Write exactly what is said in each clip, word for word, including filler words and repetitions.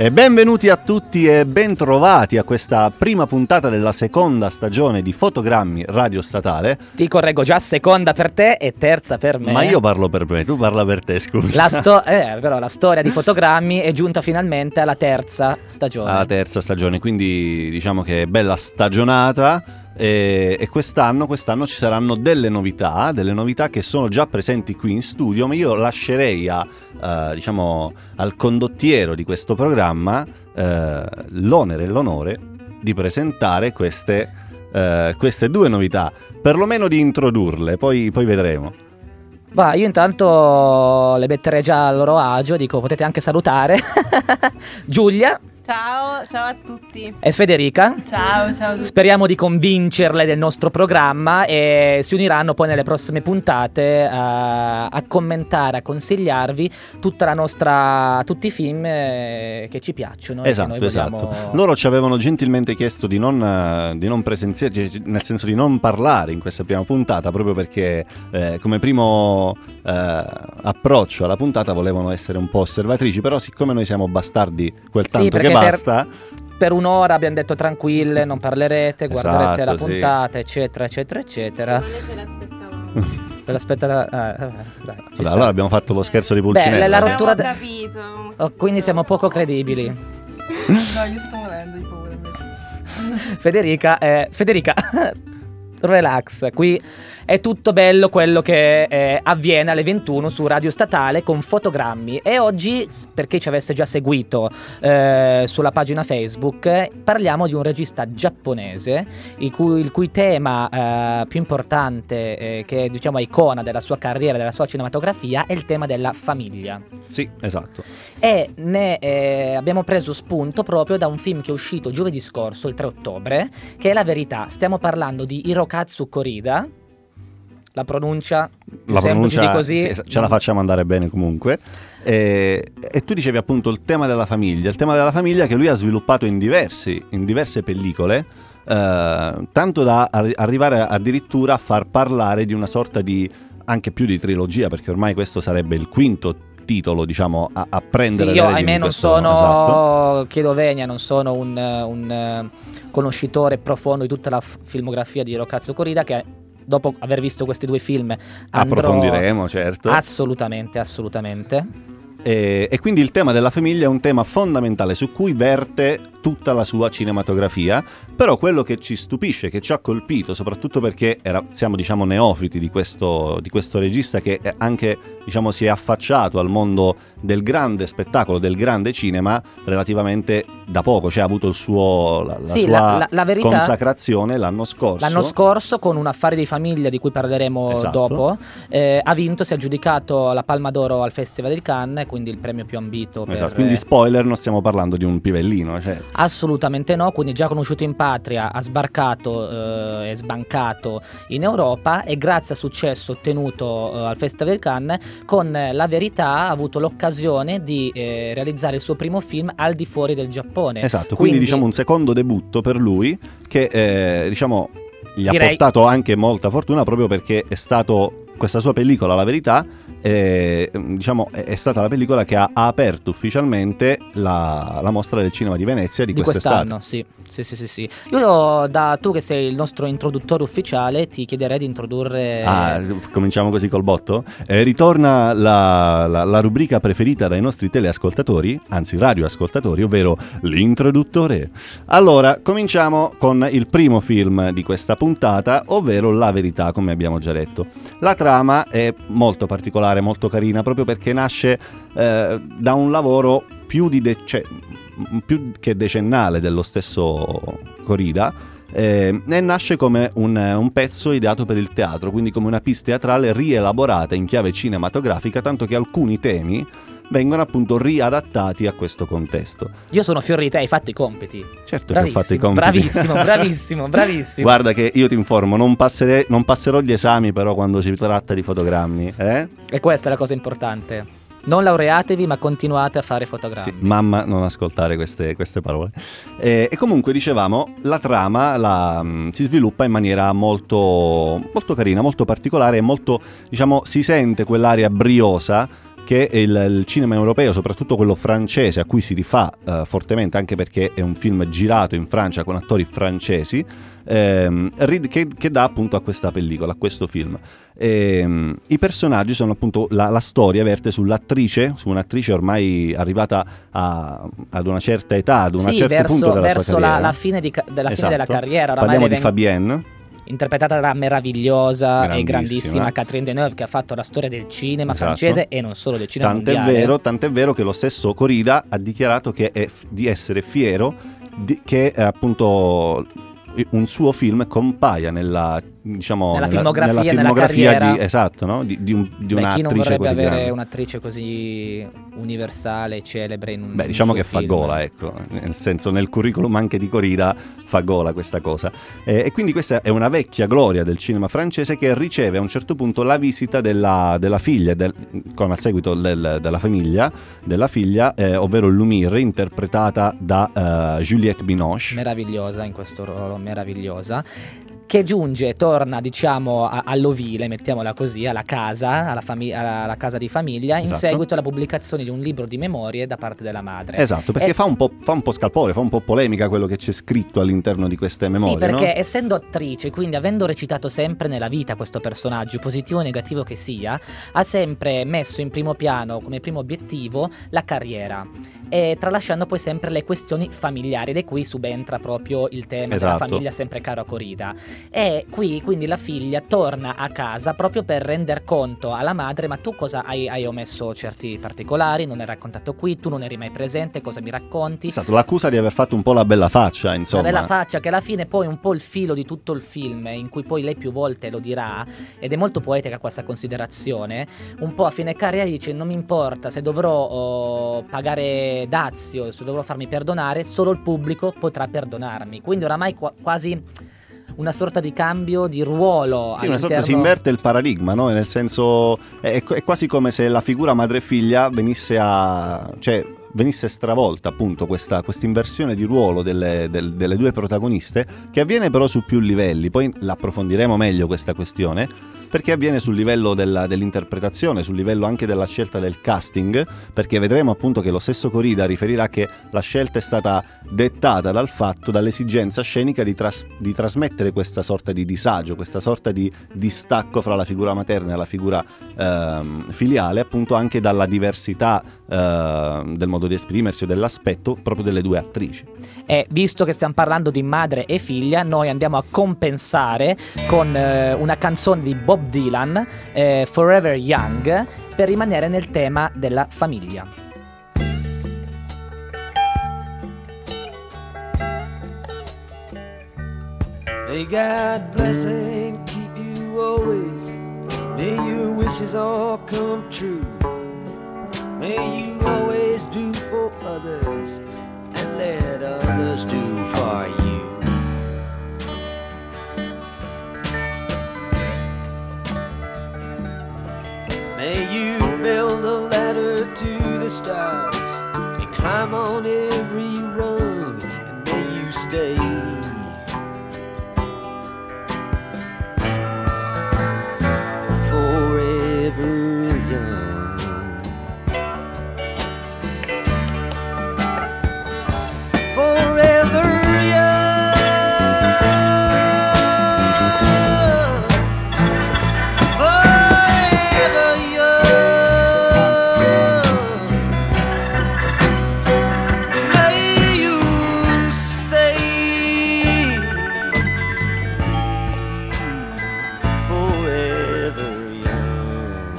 E benvenuti a tutti e bentrovati a questa prima puntata della seconda stagione di Fotogrammi Radio Statale. Ti correggo, già seconda per te e terza per me. Ma io parlo per me, tu parla per te, scusa. La, sto- eh, però la storia di Fotogrammi è giunta finalmente alla terza stagione. Alla terza stagione, quindi diciamo che è bella stagionata. E, e quest'anno, quest'anno ci saranno delle novità, delle novità che sono già presenti qui in studio, ma io lascerei a, uh, diciamo, al condottiero di questo programma uh, l'onere e l'onore di presentare queste, uh, queste due novità, perlomeno di introdurle, poi, poi vedremo. Va, io intanto le metterei già a loro agio, dico potete anche salutare. Giulia. Ciao, ciao a tutti. E Federica. Ciao, ciao a tutti. Speriamo di convincerle del nostro programma e si uniranno poi nelle prossime puntate a, a commentare, a consigliarvi tutta la nostra, tutti i film eh, che ci piacciono. Esatto, e che noi esatto. vogliamo... Loro ci avevano gentilmente chiesto di non, di non presenziare, nel senso di non parlare in questa prima puntata, proprio perché eh, come primo eh, approccio alla puntata volevano essere un po' osservatrici, però siccome noi siamo bastardi quel tanto sì, che basta... Per, per un'ora abbiamo detto tranquille, non parlerete, guarderete esatto, la puntata, sì. eccetera, eccetera, eccetera. Noi ce l'aspettavamo. Ve l'aspettava... Ah, dai, allora, allora abbiamo fatto lo scherzo di Pulcinella. Beh, la rottura... Abbiamo capito. Oh, quindi siamo poco credibili. No, io sto morendo di paura invece. Federica, eh, Federica... Relax, qui è tutto bello quello che eh, avviene alle ventuno su Radio Statale con Fotogrammi. E oggi, per chi ci avesse già seguito eh, sulla pagina Facebook, eh, parliamo di un regista giapponese il cui, il cui tema eh, più importante, eh, che diciamo è icona della sua carriera, della sua cinematografia, è il tema della famiglia. Sì, esatto. E ne eh, abbiamo preso spunto proprio da un film che è uscito giovedì scorso, il tre ottobre, che è La Verità. Stiamo parlando di Hirokatsu Korida. La pronuncia, la pronuncia di così, sì, ce la facciamo andare bene comunque. E, e tu dicevi appunto il tema della famiglia, il tema della famiglia che lui ha sviluppato in diversi, in diverse pellicole, eh, tanto da ar- arrivare addirittura a far parlare di una sorta di, anche più di trilogia, perché ormai questo sarebbe il quinto titolo, diciamo, a, a prendere. Sì, io le ahimè non questo, sono, esatto. chiedo venia, non sono un, un uh, conoscitore profondo di tutta la f- filmografia di Hirokatsu Korida, che dopo aver visto questi due film approfondiremo, certo. Assolutamente, assolutamente. E, e quindi il tema della famiglia è un tema fondamentale su cui verte tutta la sua cinematografia. Però quello che ci stupisce, che ci ha colpito, soprattutto perché era, siamo diciamo neofiti di questo, di questo regista che anche diciamo si è affacciato al mondo del grande spettacolo, del grande cinema relativamente da poco, cioè ha avuto il suo, la, la sì, sua la, la, la verità, consacrazione l'anno scorso. L'anno scorso con un Affari di famiglia di cui parleremo esatto. dopo, eh, ha vinto, si è aggiudicato la Palma d'Oro al Festival di Cannes, quindi il premio più ambito. Esatto, per, quindi spoiler, non stiamo parlando di un pivellino. Cioè. Assolutamente no, quindi già conosciuto in patria, ha sbarcato e eh, sbancato in Europa e grazie al successo ottenuto eh, al Festival di Cannes con La Verità ha avuto l'occasione di eh, realizzare il suo primo film al di fuori del Giappone. Esatto, quindi, quindi diciamo un secondo debutto per lui che eh, diciamo gli direi... ha portato anche molta fortuna, proprio perché è stato questa sua pellicola La Verità eh, diciamo è stata la pellicola che ha, ha aperto ufficialmente la, la mostra del cinema di Venezia di, di quest'estate. quest'anno, sì. Sì, sì, sì, sì. Io, da tu che sei il nostro introduttore ufficiale, ti chiederei di introdurre. Ah, cominciamo così col botto? Eh, ritorna la, la, la rubrica preferita dai nostri teleascoltatori, anzi radioascoltatori, ovvero l'introduttore. Allora, cominciamo con il primo film di questa puntata, ovvero La Verità, come abbiamo già detto. La trama è molto particolare, molto carina, proprio perché nasce eh, da un lavoro più di de- cioè, più che decennale dello stesso Korida, eh, e nasce come un, un pezzo ideato per il teatro, quindi come una pièce teatrale rielaborata in chiave cinematografica, tanto che alcuni temi vengono appunto riadattati a questo contesto. Io sono fior di te, hai fatto i compiti. Certo bravissimo, che ho fatto i compiti. Bravissimo, bravissimo, bravissimo. Guarda che io ti informo, non, passerei, non passerò gli esami però quando si tratta di fotogrammi, eh? E questa è la cosa importante. Non laureatevi, ma continuate a fare fotogrammi. Sì, mamma, non ascoltare queste, queste parole. E, e comunque, dicevamo, la trama la, mh, si sviluppa in maniera molto, molto carina, molto particolare e molto, diciamo, si sente quell'aria briosa che il, il cinema europeo, soprattutto quello francese, a cui si rifà uh, fortemente, anche perché è un film girato in Francia con attori francesi, ehm, che, che dà appunto a questa pellicola, a questo film. Ehm, I personaggi sono appunto, la, la storia verte sull'attrice, su un'attrice ormai arrivata a, ad una certa età, ad un sì, certo verso, punto della verso sua carriera. la, la fine, di, della, esatto. fine della carriera. Oramai Parliamo di veng- Fabienne, interpretata dalla meravigliosa e Grandissima. grandissima Catherine Deneuve, che ha fatto la storia del cinema Esatto. francese e non solo del cinema tant'è mondiale. vero, tant'è vero che lo stesso Corrida ha dichiarato che è f- di essere fiero di, che eh, appunto un suo film compaia nella, diciamo, Nella nella, filmografia, nella nella filmografia carriera. di, esatto, no? di, di, un, di Beh, chi non un'attrice vorrebbe così avere grande. un'attrice così universale e celebre in un Beh, diciamo un che suo fa film? gola, ecco, nel senso, nel curriculum anche di Corrida fa gola questa cosa. Eh, e quindi questa è una vecchia gloria del cinema francese che riceve a un certo punto la visita della, della figlia, del, con al seguito del, della famiglia, della figlia, eh, ovvero Lumière, interpretata da uh, Juliette Binoche. Meravigliosa in questo ruolo, meravigliosa. Che giunge, torna diciamo a- all'ovile, mettiamola così, alla casa, alla, fami- alla casa di famiglia, in Esatto. seguito alla pubblicazione di un libro di memorie da parte della madre. Esatto, perché E- fa un po', fa un po' scalpore, fa un po' polemica quello che c'è scritto all'interno di queste memorie, Sì, perché no? essendo attrice, quindi avendo recitato sempre nella vita questo personaggio, positivo o negativo che sia, ha sempre messo in primo piano come primo obiettivo la carriera, e tralasciando poi sempre le questioni familiari, ed è qui subentra proprio il tema della Esatto. famiglia, sempre caro a Corrida. E qui quindi la figlia torna a casa proprio per render conto alla madre: ma tu cosa hai, hai omesso certi particolari, non hai raccontato qui, tu non eri mai presente, cosa mi racconti? Esatto, l'accusa di aver fatto un po' la bella faccia, insomma. La bella faccia, che alla fine poi un po' il filo di tutto il film, in cui poi lei più volte lo dirà, ed è molto poetica questa considerazione, un po' a fine carriera dice: non mi importa se dovrò oh, pagare dazio, se dovrò farmi perdonare, solo il pubblico potrà perdonarmi. Quindi oramai qua- quasi una sorta di cambio di ruolo. Sì, una sorta, all'interno- si inverte il paradigma, no? Nel senso, è, è quasi come se la figura madre e figlia venisse a... cioè venisse stravolta, appunto, questa inversione di ruolo delle, del, delle due protagoniste, che avviene però su più livelli. Poi l'approfondiremo meglio questa questione, perché avviene sul livello della, dell'interpretazione, sul livello anche della scelta del casting, perché vedremo appunto che lo stesso Corrida riferirà che la scelta è stata dettata dal fatto, dall'esigenza scenica di, tras- di trasmettere questa sorta di disagio, questa sorta di distacco fra la figura materna e la figura ehm, filiale, appunto anche dalla diversità ehm, del modo di esprimersi o dell'aspetto proprio delle due attrici. E visto che stiamo parlando di madre e figlia, noi andiamo a compensare con eh, una canzone di Bob Dylan, eh, Forever Young, per rimanere nel tema della famiglia. May God bless and keep you always. May your wishes all come true. May you always do for others and let others do for you. May you build a ladder to the stars and climb on every rung, and may you stay forever young. Forever young. Forever young. May you stay forever young.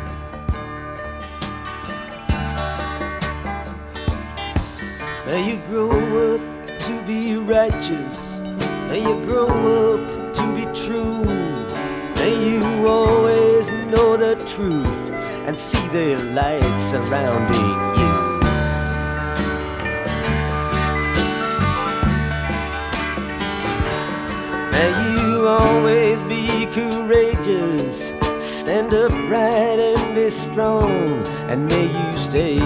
May you grow up to be righteous. May you grow up to be true. May you always know the truth and see the light surrounding you. May you always be courageous, stand upright and be strong, and may you stay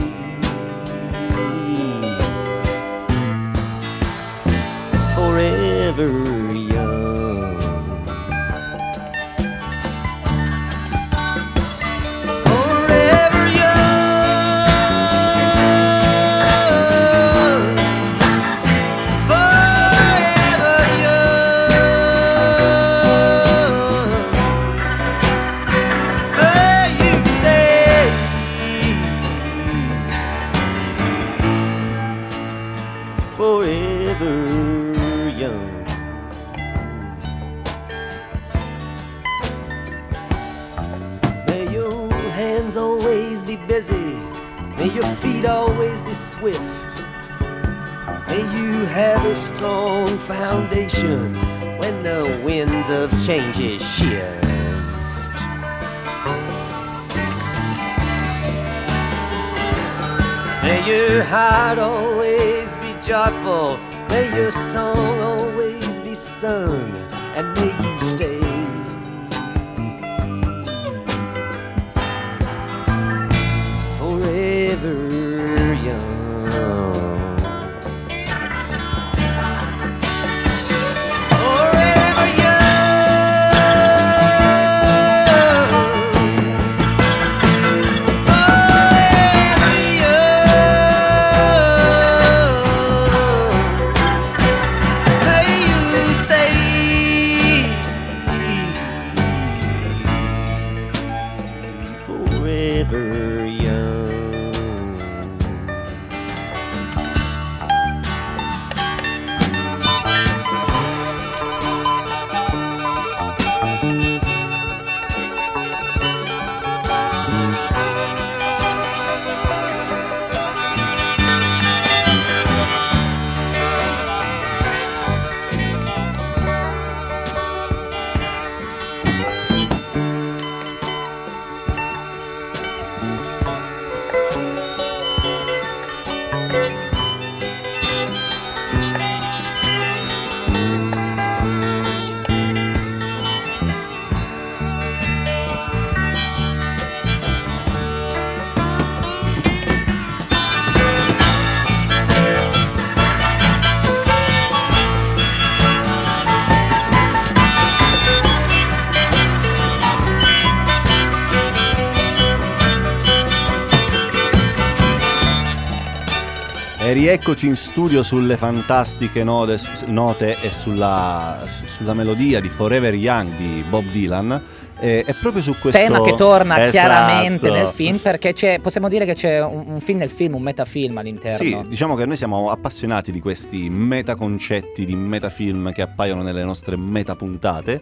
forever young. Forever young. be busy. May your feet always be swift. May you have a strong foundation when the winds of change shift. May your heart always be joyful. May your song always be sung. And may you stay forever young. Forever young. Forever young. May you stay forever young. E rieccoci in studio sulle fantastiche note, note e sulla, sulla melodia di Forever Young di Bob Dylan. E, e proprio su questo tema che torna esatto. chiaramente nel film, perché c'è, possiamo dire che c'è un, un film nel film, un metafilm all'interno. Sì, diciamo che noi siamo appassionati di questi metaconcetti, di metafilm che appaiono nelle nostre metapuntate.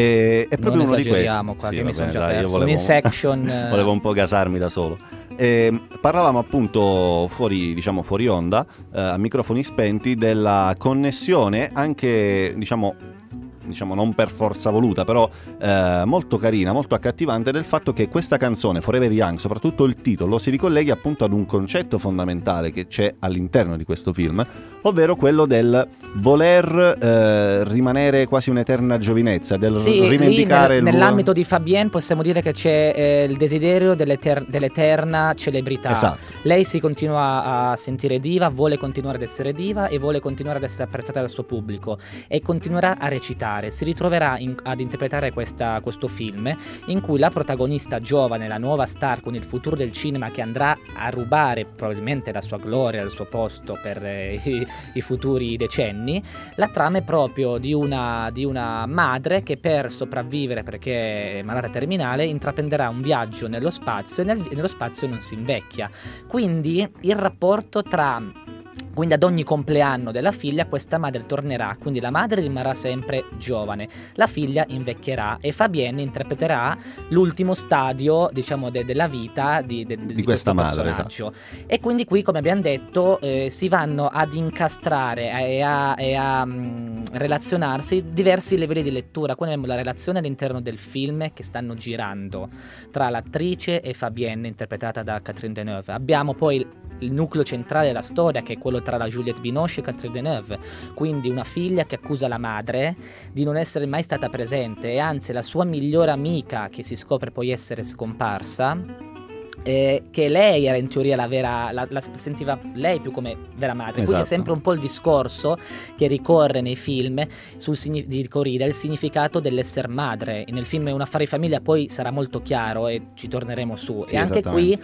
E è proprio non uno di questi. esageriamo qua, Sì, che va mi sono bene, già dai, io perso. volevo, Un Inception. volevo un po' gasarmi da solo. E parlavamo appunto fuori, diciamo fuori onda, eh, a microfoni spenti, della connessione anche, diciamo, diciamo non per forza voluta, però eh, molto carina, molto accattivante, del fatto che questa canzone Forever Young, soprattutto il titolo, si ricolleghi appunto ad un concetto fondamentale che c'è all'interno di questo film, ovvero quello del voler eh, rimanere quasi un'eterna giovinezza, del sì, rivendicare lì il nel, nell'ambito di Fabienne possiamo dire che c'è eh, il desiderio dell'eter- dell'eterna celebrità. Esatto. Lei si continua a sentire diva, vuole continuare ad essere diva e vuole continuare ad essere apprezzata dal suo pubblico e continuerà a recitare. Si ritroverà in, ad interpretare questa, questo film in cui la protagonista giovane, la nuova star con il futuro del cinema che andrà a rubare probabilmente la sua gloria, il suo posto per eh, i, i futuri decenni. La trama è proprio di una, di una madre che per sopravvivere, perché è malata terminale, intraprenderà un viaggio nello spazio e nel, nello spazio non si invecchia. Quindi il rapporto tra... Quindi ad ogni compleanno della figlia questa madre tornerà, quindi la madre rimarrà sempre giovane, la figlia invecchierà e Fabienne interpreterà l'ultimo stadio, diciamo, de- della vita di, de- di, di questa madre, personaggio. Esatto. E quindi qui, come abbiamo detto, eh, si vanno ad incastrare e a, e a mh, relazionarsi diversi livelli di lettura. Quindi abbiamo la relazione all'interno del film che stanno girando tra l'attrice e Fabienne, interpretata da Catherine Deneuve. Abbiamo poi il nucleo centrale della storia, che è quello tra la Juliette Binoche e Catherine Deneuve, quindi una figlia che accusa la madre di non essere mai stata presente e anzi la sua migliore amica, che si scopre poi essere scomparsa, eh, che lei era in teoria la vera, la, la sentiva lei più come vera madre. Esatto. Qui c'è sempre un po' il discorso che ricorre nei film sul signi- di Corrida, il significato dell'essere madre. Nel film Una affare di famiglia poi sarà molto chiaro e ci torneremo su. Sì, e anche qui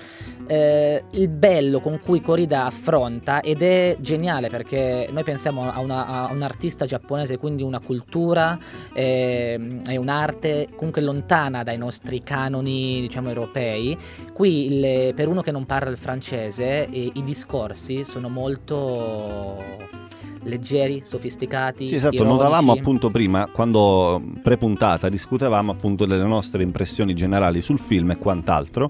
eh, il bello con cui Corrida affronta, ed è geniale perché noi pensiamo a, una, a un artista giapponese, quindi una cultura eh, e un'arte comunque lontana dai nostri canoni, diciamo, europei. Qui il, per uno che non parla il francese, eh, i discorsi sono molto leggeri, sofisticati. Sì, esatto, ironici. notavamo appunto prima, quando pre-puntata discutevamo appunto delle nostre impressioni generali sul film e quant'altro.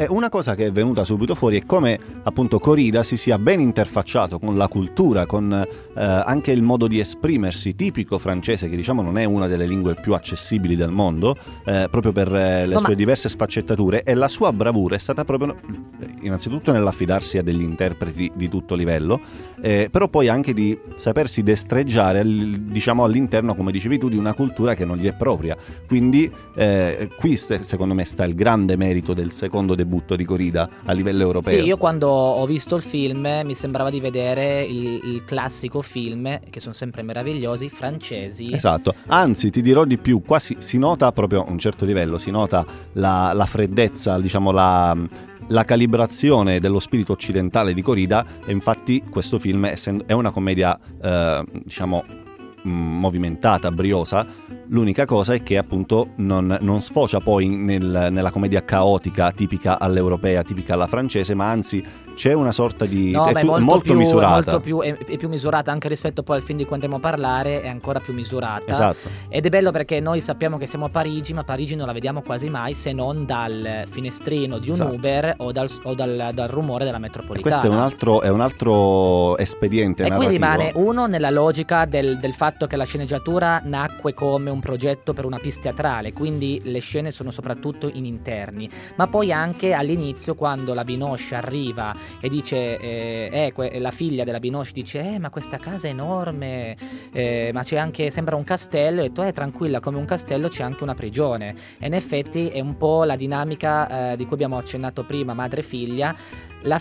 E una cosa che è venuta subito fuori è come appunto Corrida si sia ben interfacciato con la cultura, con eh, anche il modo di esprimersi tipico francese, che diciamo non è una delle lingue più accessibili del mondo, eh, proprio per eh, le No, sue ma- diverse sfaccettature, e la sua bravura è stata proprio innanzitutto nell'affidarsi a degli interpreti di tutto livello, eh, però poi anche di sapersi destreggiare al- diciamo all'interno, come dicevi tu, di una cultura che non gli è propria. Quindi eh, qui st- secondo me sta il grande merito del secondo debutto di Corrida a livello europeo. Sì, io quando ho visto il film mi sembrava di vedere il, il classico film, che sono sempre meravigliosi, francesi. Esatto, anzi ti dirò di più, quasi si nota proprio a un certo livello, si nota la, la freddezza, diciamo la, la calibrazione dello spirito occidentale di Corrida, e infatti questo film essendo, è una commedia eh, diciamo mh, movimentata, briosa. L'unica cosa è che appunto non, non sfocia poi nel, nella commedia caotica tipica all'europea, tipica alla francese, ma anzi c'è una sorta di... No, è ma è tu- molto, molto più, misurata. È, molto più, è, è più misurata anche rispetto poi al film di cui andremo a parlare, è ancora più misurata. Esatto. Ed è bello perché noi sappiamo che siamo a Parigi, ma Parigi non la vediamo quasi mai se non dal finestrino di un Esatto. Uber o, dal, o dal, dal rumore della E metropolitana. questo è un altro, è un altro espediente E qui narrativo. rimane uno nella logica del, del fatto che la sceneggiatura nacque come un progetto per una pista teatrale, quindi le scene sono soprattutto in interni, ma poi anche all'inizio quando la Binoche arriva e dice eh, eh, que- la figlia della Binoche dice eh ma questa casa è enorme, eh, ma c'è anche, sembra un castello, e tu eh tranquilla, come un castello c'è anche una prigione. E in effetti è un po' la dinamica eh, di cui abbiamo accennato prima, madre figlia. La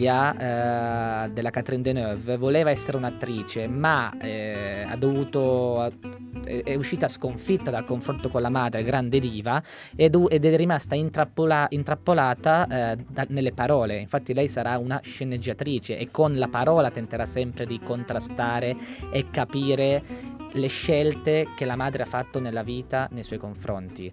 figlia eh, della Catherine Deneuve voleva essere un'attrice, ma eh, ha dovuto è, è uscita sconfitta dal confronto con la madre, grande diva, ed, ed è rimasta intrappola, intrappolata eh, da, nelle parole. Infatti lei sarà una sceneggiatrice e con la parola tenterà sempre di contrastare e capire le scelte che la madre ha fatto nella vita nei suoi confronti.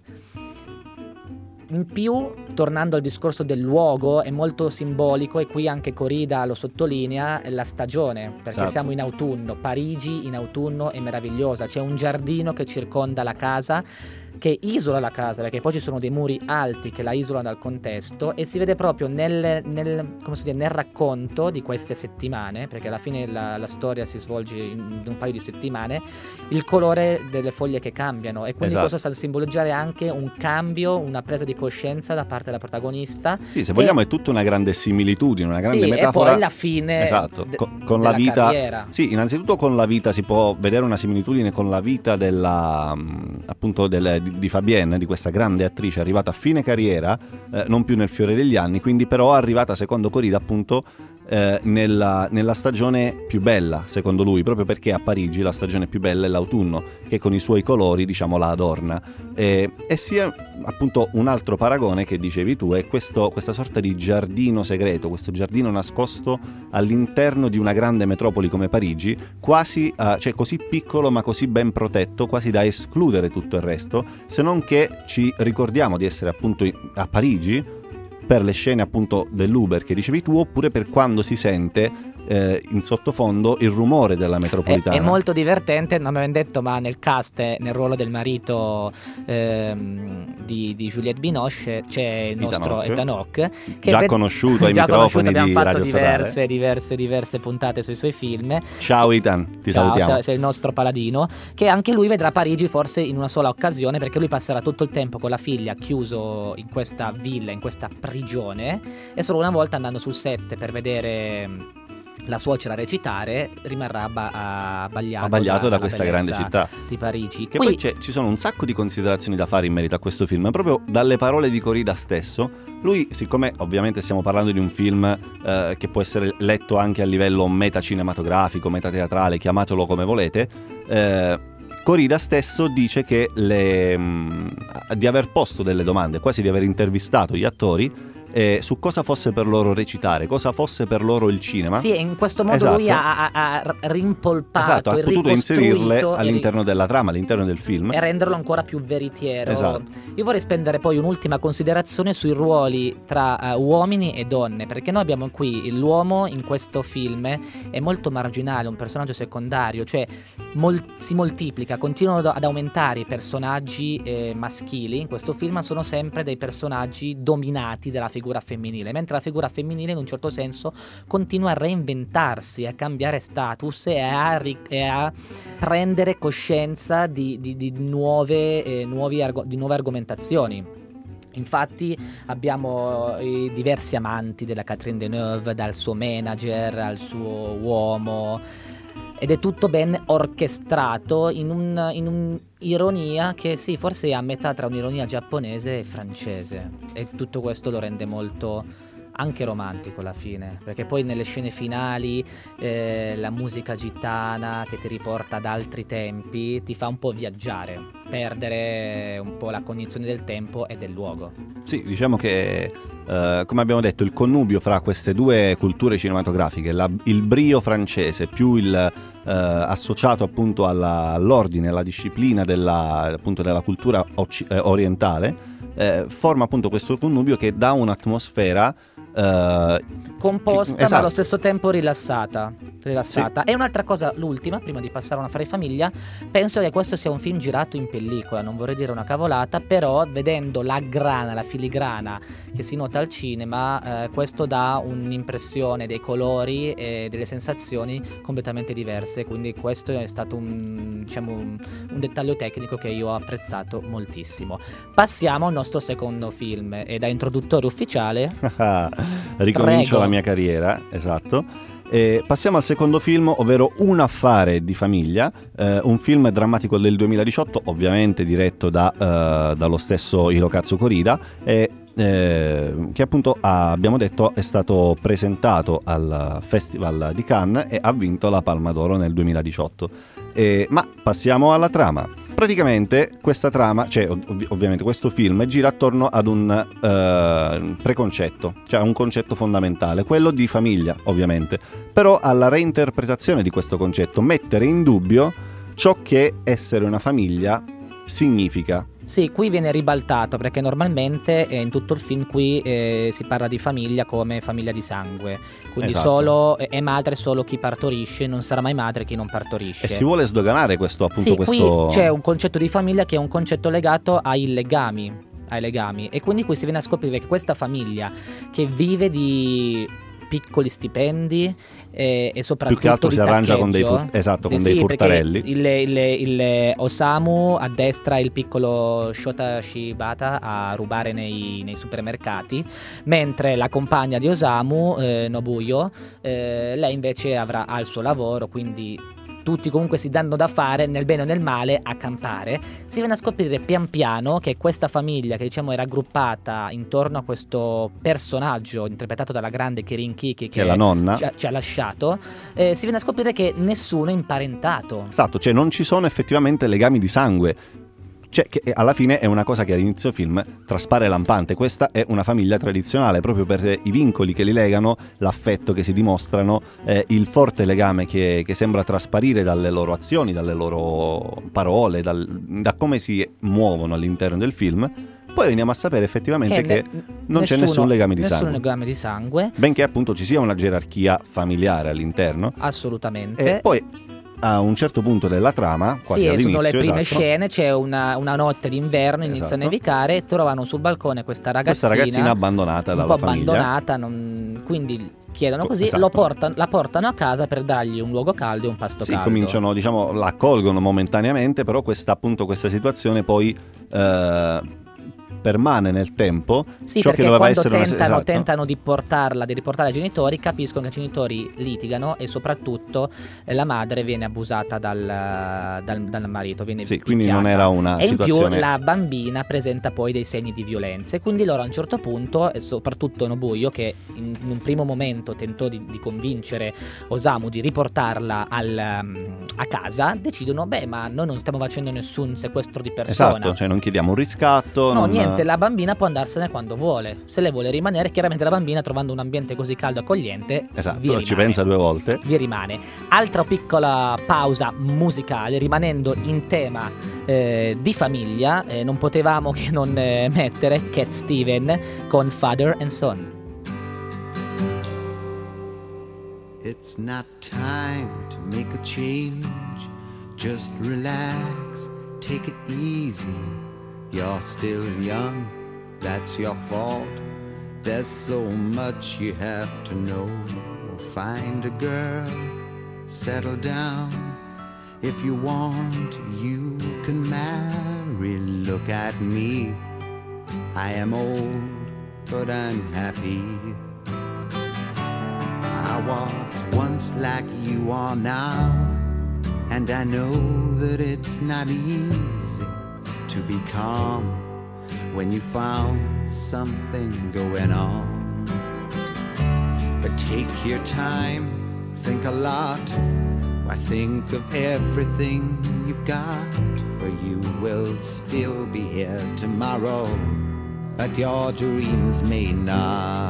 In più, tornando al discorso del luogo, è molto simbolico, e qui anche Corrida lo sottolinea, la stagione, perché Esatto. siamo in autunno. Parigi in autunno è meravigliosa, c'è un giardino che circonda la casa, che isola la casa, perché poi ci sono dei muri alti che la isolano dal contesto, e si vede proprio nel, nel, come si dice, nel racconto di queste settimane, perché alla fine la, la storia si svolge in un paio di settimane, il colore delle foglie che cambiano, e quindi Esatto. questo sta a simboleggiare anche un cambio, una presa di coscienza da parte della protagonista. Sì, se vogliamo è tutta una grande similitudine, una grande sì, metafora. e poi la fine Esatto, de- co- con la della vita. carriera. Sì, innanzitutto con la vita si può vedere una similitudine con la vita della mh, appunto del, di, di Fabienne, di questa grande attrice arrivata a fine carriera, eh, non più nel fiore degli anni, quindi però arrivata secondo Corrida appunto eh, nella, nella stagione più bella, secondo lui, proprio perché a Parigi la stagione più bella è l'autunno, che con i suoi colori diciamo la adorna. E, e sia appunto un altro paragone che dicevi tu è questo, questa sorta di giardino segreto, questo giardino nascosto all'interno di una grande metropoli come Parigi, quasi eh, cioè così piccolo ma così ben protetto, quasi da escludere tutto il resto, se non che ci ricordiamo di essere appunto a Parigi per le scene appunto dell'Uber che dicevi tu, oppure per quando si sente eh, in sottofondo il rumore della È, metropolitana. è molto divertente, non mi avevano detto, ma nel cast, eh, nel ruolo del marito ehm, di, di Juliette Binoche c'è il nostro Ethan Ethan Hawke, che Già ved- conosciuto ai già microfoni conosciuto, abbiamo di fatto Radio diverse, Statale. diverse, diverse puntate sui suoi film. Ciao Ethan, ti Ciao, salutiamo. sei, sei il nostro paladino, che anche lui vedrà Parigi forse in una sola occasione, perché lui passerà tutto il tempo con la figlia chiuso in questa villa, in questa prigione, e solo una volta andando sul set per vedere la suocera recitare rimarrà abba- abbagliato, Abbagliato da dalla questa bellezza grande città. di Parigi. Che Qui- poi c'è- ci sono un sacco di considerazioni da fare in merito a questo film, proprio dalle parole di Corrida stesso. Lui, siccome ovviamente stiamo parlando di un film eh, che può essere letto anche a livello metacinematografico, metateatrale, chiamatelo come volete, eh, Corrida stesso dice che le, mh, di aver posto delle domande, quasi di aver intervistato gli attori eh, su cosa fosse per loro recitare, cosa fosse per loro il cinema. Sì, in questo modo Esatto. lui ha, ha- ha rimpolpato Esatto, ha e potuto inserirle ricostruito e ri- all'interno della trama, all'interno del film. e renderlo ancora più veritiero. Esatto. Io vorrei spendere poi un'ultima considerazione sui ruoli tra eh, uomini e donne, perché noi abbiamo qui l'uomo in questo film è molto marginale, un personaggio secondario, cioè mol- si moltiplica, continuano ad aumentare i personaggi eh, maschili in questo film, ma sono sempre dei personaggi dominati dalla figura figura femminile, mentre la figura femminile in un certo senso continua a reinventarsi, a cambiare status e a, ri- e a prendere coscienza di, di, di, nuove, eh, nuovi argo- di nuove argomentazioni. Infatti abbiamo i diversi amanti della Catherine Deneuve, dal suo manager al suo uomo, ed è tutto ben orchestrato in, un, in un'ironia che sì, forse è a metà tra un'ironia giapponese e francese, e tutto questo lo rende molto anche romantico alla fine, perché poi nelle scene finali eh, la musica gitana che ti riporta ad altri tempi ti fa un po' viaggiare, perdere un po' la cognizione del tempo e del luogo. Sì, diciamo che eh, come abbiamo detto, il connubio fra queste due culture cinematografiche, la, il brio francese più il eh, associato appunto alla, all'ordine, alla disciplina della, appunto della cultura occ- eh, orientale, eh, forma appunto questo connubio che dà un'atmosfera Uh, composta che, esatto. ma allo stesso tempo rilassata, rilassata. Sì. E un'altra cosa, l'ultima, prima di passare a una affare famiglia, penso che questo sia un film girato in pellicola, non vorrei dire una cavolata, però vedendo la grana, la filigrana che si nota al cinema, eh, questo dà un'impressione dei colori e delle sensazioni completamente diverse, quindi questo è stato un, diciamo, un, un dettaglio tecnico che io ho apprezzato moltissimo. Passiamo al nostro secondo film, e da introduttore ufficiale ricomincio Prego. la mia carriera, esatto. E passiamo al secondo film, ovvero Un affare di famiglia, eh, un film drammatico del duemiladiciotto, ovviamente diretto da, eh, dallo stesso Hirokazu Korida, e eh, che appunto ha, abbiamo detto è stato presentato al Festival di Cannes e ha vinto la Palma d'Oro nel duemiladiciotto. E, ma passiamo alla trama. Praticamente questa trama, cioè ov- ovviamente questo film gira attorno ad un uh, preconcetto, cioè un concetto fondamentale, quello di famiglia ovviamente, però alla reinterpretazione di questo concetto, mettere in dubbio ciò che essere una famiglia significa. Sì, qui viene ribaltato, perché normalmente eh, in tutto il film qui eh, si parla di famiglia come famiglia di sangue, quindi esatto. solo è madre solo chi partorisce, non sarà mai madre chi non partorisce. E si vuole sdoganare questo appunto sì, questo... qui c'è un concetto di famiglia che è un concetto legato ai legami, ai legami, e quindi qui si viene a scoprire che questa famiglia che vive di piccoli stipendi eh, e soprattutto più che altro di si arrangia con dei, taccheggio. fur- esatto, con eh, dei sì, furtarelli. Il, il, il, il Osamu addestra il piccolo Shota Shibata a rubare nei, nei supermercati, mentre la compagna di Osamu, eh, Nobuyo, eh, lei invece avrà ha il suo lavoro, quindi tutti comunque si danno da fare nel bene o nel male a campare. Si viene a scoprire pian piano che questa famiglia, che diciamo è raggruppata intorno a questo personaggio interpretato dalla grande Kirin Kiki, che, che è la nonna, ci ha, ci ha lasciato, eh, si viene a scoprire che nessuno è imparentato. Esatto, cioè non ci sono effettivamente legami di sangue. Cioè, che alla fine è una cosa che all'inizio film traspare lampante. Questa è una famiglia tradizionale, proprio per i vincoli che li legano, l'affetto che si dimostrano, eh, il forte legame che, che sembra trasparire dalle loro azioni, dalle loro parole, dal, da come si muovono all'interno del film. Poi veniamo a sapere effettivamente che, che ne, non nessuno, c'è nessun legame di nessun sangue. legame di sangue. Benché appunto ci sia una gerarchia familiare all'interno. Assolutamente. E poi a un certo punto della trama, quasi sì, all'inizio, sono le prime esatto, scene, c'è una, una notte d'inverno, inizia esatto. a nevicare, trovano sul balcone questa ragazzina, questa ragazzina abbandonata un dalla po' famiglia, abbandonata, non, quindi chiedono così, esatto. lo portano, la portano a casa per dargli un luogo caldo e un pasto sì, caldo. cominciano, diciamo, la accolgono momentaneamente, però questa appunto questa situazione poi eh, permane nel tempo. Sì, ciò perché che doveva quando essere tentano, una... esatto. tentano di portarla, di riportarla ai genitori, capiscono che i genitori litigano e soprattutto eh, la madre viene abusata dal, dal, dal marito, viene sì, picchiata. quindi non era una e situazione... in più la bambina presenta poi dei segni di violenza, e quindi loro a un certo punto, e soprattutto Nobuyo, che in, in un primo momento tentò di, di convincere Osamu di riportarla al, um, a casa, decidono, beh, ma noi non stiamo facendo nessun sequestro di persona, esatto, cioè non chiediamo un riscatto, no, non... niente, la bambina può andarsene quando vuole. Se lei vuole rimanere, chiaramente la bambina, trovando un ambiente così caldo e accogliente, esatto, vi ci rimane. pensa due volte. Vi rimane. Altra piccola pausa musicale, rimanendo in tema eh, di famiglia, eh, non potevamo che non eh, mettere Cat Steven con Father and Son. It's not time to make a change. Just relax, take it easy. You're still young, that's your fault. there's so much you have to know. Find a girl, settle down. If you want, you can marry. Look at me, I am old, but I'm happy. I was once like you are now, and I know that it's not easy to be calm when you found something going on. But take your time, think a lot. Why, think of everything you've got, for you will still be here tomorrow, but your dreams may not.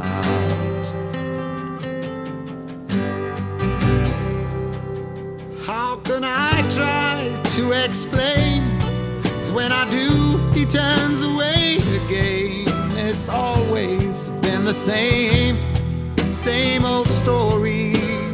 How can I try to explain? When I do, he turns away again. It's always been the same, same old story.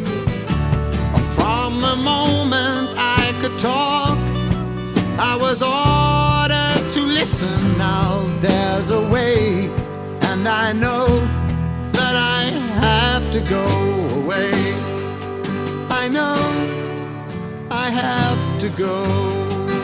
From the moment I could talk, I was ordered to listen. Now there's a way, and I know that I have to go away. I know I have to go.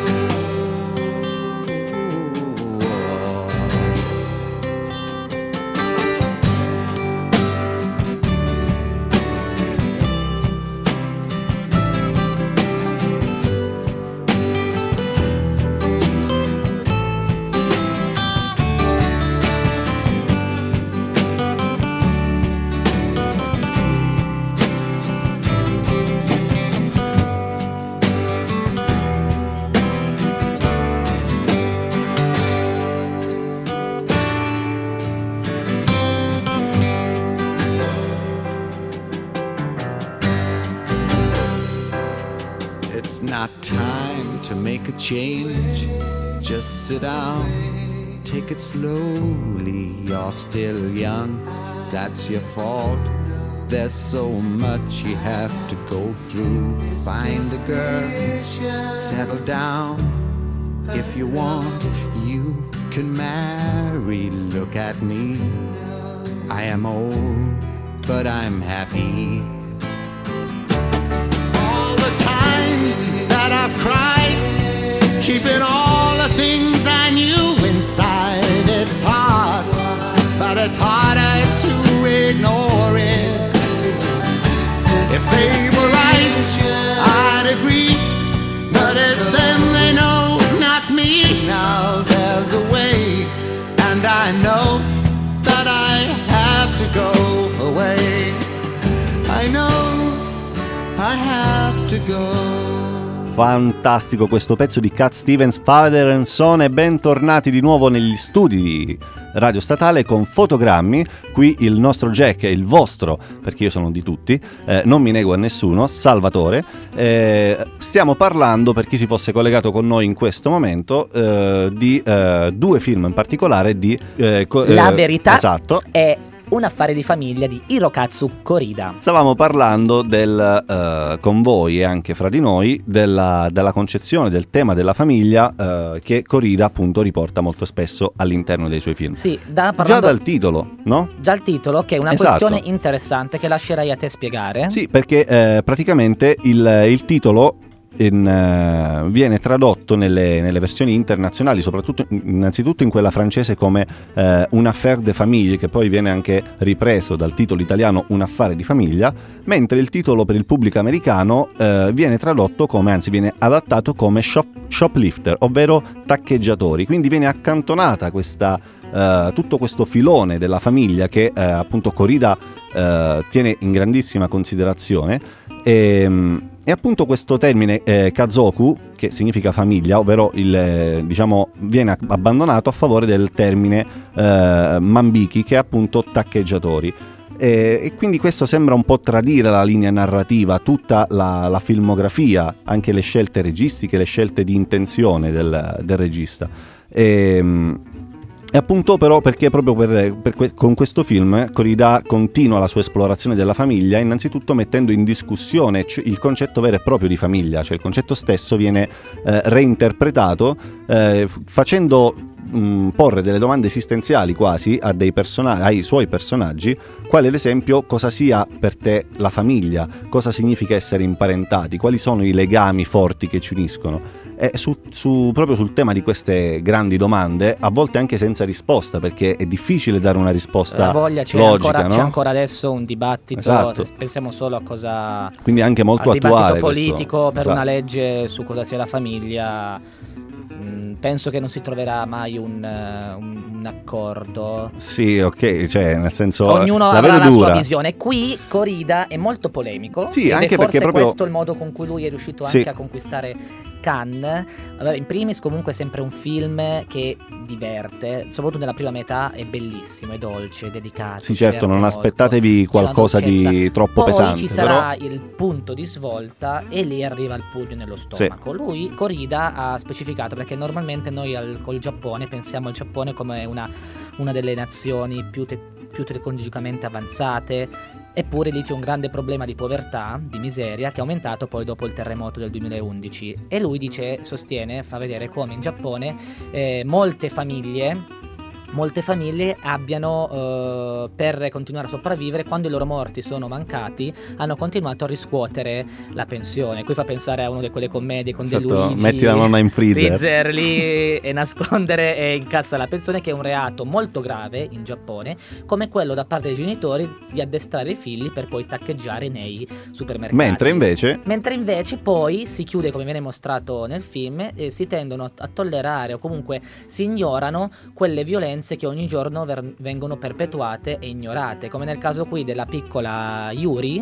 It's not time to make a change. Just sit down, take it slowly. You're still young, that's your fault. There's so much you have to go through. Find a girl, settle down. If you want, you can marry. Look at me, I am old, but I'm happy. All the times that I've cried, keeping all the things I knew inside. It's hard, but it's harder to ignore it. If they were right, I'd agree, but it's them they know, not me. Now there's a way, and I know that I have to go away. I know I have to go. Fantastico questo pezzo di Cat Stevens, Father and Son, e bentornati di nuovo negli studi di Radio Statale con Fotogrammi. Qui il nostro Jack è il vostro, perché io sono di tutti, eh, non mi nego a nessuno, Salvatore. Eh, stiamo parlando, per chi si fosse collegato con noi in questo momento, eh, di eh, due film in particolare di eh, co- La eh, verità esatto. è Un affare di famiglia di Hirokatsu Korida. Stavamo parlando del uh, con voi e anche fra di noi della, della concezione del tema della famiglia uh, che Korida appunto riporta molto spesso all'interno dei suoi film. Sì, da, parlando, già dal titolo, no? Già il titolo, che è una Esatto. questione interessante che lascerei a te spiegare. Sì, perché eh, praticamente il, il titolo in, uh, viene tradotto nelle, nelle versioni internazionali, soprattutto innanzitutto in quella francese come uh, Un affaire de famille, che poi viene anche ripreso dal titolo italiano Un affare di famiglia, mentre il titolo per il pubblico americano uh, viene tradotto come, anzi viene adattato come shop, shoplifter, ovvero taccheggiatori. Quindi viene accantonata questa Uh, tutto questo filone della famiglia che uh, appunto Korida uh, tiene in grandissima considerazione, e, um, e appunto questo termine eh, kazoku, che significa famiglia, ovvero il eh, diciamo viene abbandonato a favore del termine eh, mambiki, che è appunto taccheggiatori. E, e quindi questo sembra un po' tradire la linea narrativa, tutta la, la filmografia, anche le scelte registiche, le scelte di intenzione del, del regista. E, E appunto però perché proprio per, per que- con questo film Korida continua la sua esplorazione della famiglia, innanzitutto mettendo in discussione c- il concetto vero e proprio di famiglia, cioè il concetto stesso viene eh, reinterpretato eh, f- facendo mh, porre delle domande esistenziali quasi a dei persona- ai suoi personaggi, quale ad esempio cosa sia per te la famiglia, cosa significa essere imparentati, quali sono i legami forti che ci uniscono. E su, su, proprio sul tema di queste grandi domande, a volte anche senza risposta, perché è difficile dare una risposta la voglia, c'è logica, ancora, no? c'è ancora adesso un dibattito, Esatto. se pensiamo solo a cosa, quindi anche molto al attuale dibattito politico questo. per Esatto. una legge su cosa sia la famiglia. Mm, penso che non si troverà mai un, un, un accordo. Sì, ok, cioè nel senso Ognuno la avrà vedo la dura. sua visione. Qui Corrida è molto polemico. Sì, ed anche è forse perché proprio- questo il modo con cui lui è riuscito Sì. anche a conquistare Cannes. Vabbè, in primis comunque è sempre un film che diverte, soprattutto nella prima metà è bellissimo, è dolce, è dedicato. Sì, certo, diverte non molto. aspettatevi C'è una qualcosa di dolcezza. troppo Poi pesante, ci sarà però il punto di svolta e lì arriva il pugno nello stomaco. Lui, Corrida, ha specificato, perché normalmente noi al, col Giappone pensiamo al Giappone come una, una delle nazioni più, te, più tecnologicamente avanzate, eppure lì c'è un grande problema di povertà, di miseria, che è aumentato poi dopo il terremoto del duemilaundici. E lui dice, sostiene, fa vedere come in Giappone eh, molte famiglie molte famiglie abbiano eh, per continuare a sopravvivere, quando i loro morti sono mancati, hanno continuato a riscuotere la pensione. Qui fa pensare a una di quelle commedie con esatto, De Luigi, metti la nonna in freezer. freezer lì e nascondere e incazza la pensione, che è un reato molto grave in Giappone, come quello da parte dei genitori di addestrare i figli per poi taccheggiare nei supermercati. Mentre invece Mentre invece poi si chiude, come viene mostrato nel film, e si tendono a tollerare o comunque si ignorano quelle violenze che ogni giorno ver- vengono perpetuate e ignorate, come nel caso qui della piccola Yuri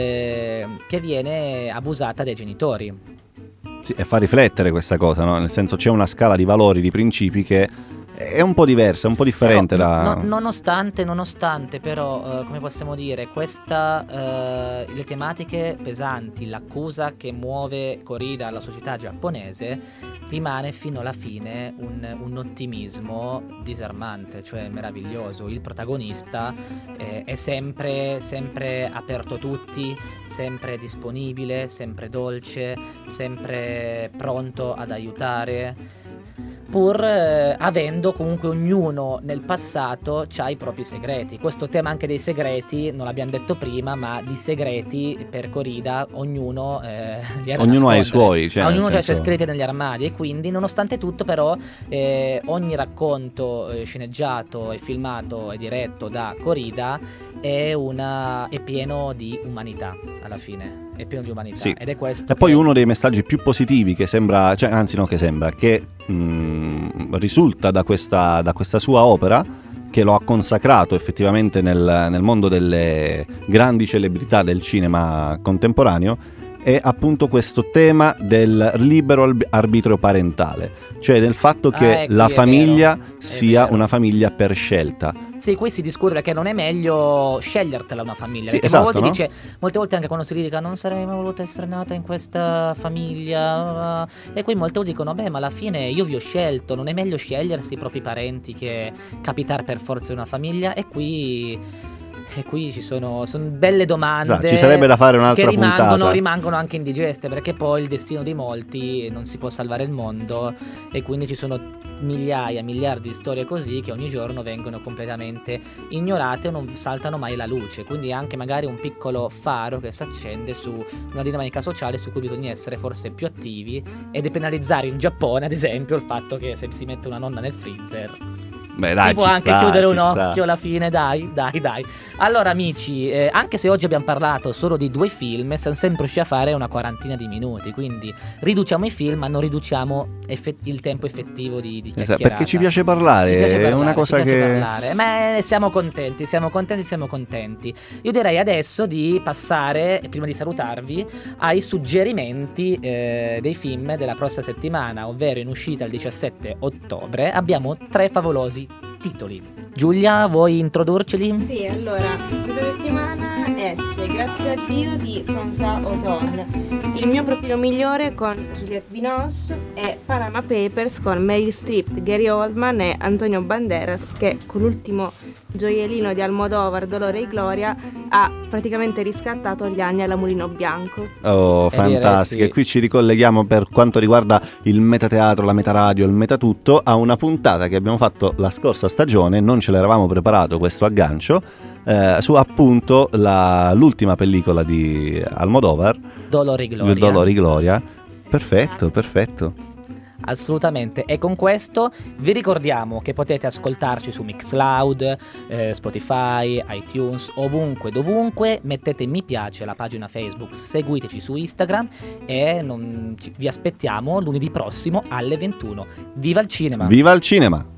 eh, che viene abusata dai genitori. sì, e fa riflettere questa cosa, no? Nel senso, c'è una scala di valori, di principi che è un po' diversa, un po' differente Però, da... no- nonostante, nonostante però, eh, come possiamo dire, questa, eh, le tematiche pesanti, l'accusa che muove Corrida alla società giapponese, rimane fino alla fine un, un ottimismo disarmante, cioè meraviglioso. Il protagonista eh, è sempre, sempre aperto a tutti, sempre disponibile, sempre dolce, sempre pronto ad aiutare, pur eh, avendo comunque ognuno nel passato c'ha i propri segreti. Questo tema anche dei segreti non l'abbiamo detto prima, ma di segreti per Corrida ognuno eh, li ha da Ognuno ha i nascondere. suoi, cioè, nel ognuno ha i suoi senso- segreti negli armadi, e quindi nonostante tutto però eh, ogni racconto eh, sceneggiato e filmato e diretto da Corrida è, una, è pieno di umanità alla fine. È pieno di umanità, Sì. ed è questo E poi che- uno dei messaggi più positivi che sembra, cioè anzi no che sembra, che mh, risulta da questa, da questa sua opera, che lo ha consacrato effettivamente nel, nel mondo delle grandi celebrità del cinema contemporaneo, è appunto questo tema del libero alb- arbitrio parentale, cioè del fatto che Ah, ecco, la è famiglia vero, è sia vero. una famiglia per scelta. Sì, qui si discute che non è meglio scegliertela una famiglia. Sì, perché esatto, molte, no? volte dice, molte volte anche quando si critica non sarei mai voluta essere nata in questa famiglia. E qui molte volte dicono, beh, ma alla fine io vi ho scelto, non è meglio scegliersi i propri parenti che capitare per forza in una famiglia? E qui... E qui ci sono, sono belle domande. Esatto, ci sarebbe da fare un'altra che rimangono, puntata. rimangono anche indigeste, perché poi il destino di molti non si può salvare il mondo, e quindi ci sono migliaia, miliardi di storie così che ogni giorno vengono completamente ignorate o non saltano mai la luce. Quindi è anche magari un piccolo faro che si accende su una dinamica sociale su cui bisogna essere forse più attivi e depenalizzare in Giappone, ad esempio, il fatto che se si mette una nonna nel freezer Beh dai, si può ci anche sta, chiudere ci un sta. occhio alla fine, dai, dai, dai. Allora amici, eh, anche se oggi abbiamo parlato solo di due film, siamo sempre riusciti a fare una quarantina di minuti, quindi riduciamo i film ma non riduciamo effe- il tempo effettivo di, di Esatto, chiacchierata. perché ci piace parlare, Ci piace è parlare, una cosa ci piace che... parlare. Ma eh, siamo contenti, siamo contenti, siamo contenti. Io direi adesso di passare, prima di salutarvi, ai suggerimenti eh, dei film della prossima settimana, ovvero in uscita il diciassette ottobre. Abbiamo tre favolosi titoli. Giulia, vuoi introdurceli? Sì, allora, questa settimana esce Grazie a Dio di François Ozon. Il mio profilo migliore con Juliette Binoche e Panama Papers con Meryl Streep, Gary Oldman e Antonio Banderas, che con l'ultimo gioiellino di Almodovar, Dolore e Gloria, ha praticamente riscattato gli anni alla Mulino Bianco. Oh, E direi fantastico. sì. E qui ci ricolleghiamo, per quanto riguarda il metateatro, la metaradio, il metatutto, a una puntata che abbiamo fatto la scorsa stagione. Non ce l'eravamo preparato questo aggancio, eh, su appunto la, l'ultima pellicola di Almodovar, Dolore e Gloria. Il Dolore e Gloria. Perfetto, perfetto. Assolutamente. E con questo vi ricordiamo che potete ascoltarci su Mixcloud, eh, Spotify, iTunes, ovunque, dovunque. Mettete mi piace alla pagina Facebook, seguiteci su Instagram e non, ci- vi aspettiamo lunedì prossimo alle ventuno. Viva il cinema! Viva il cinema!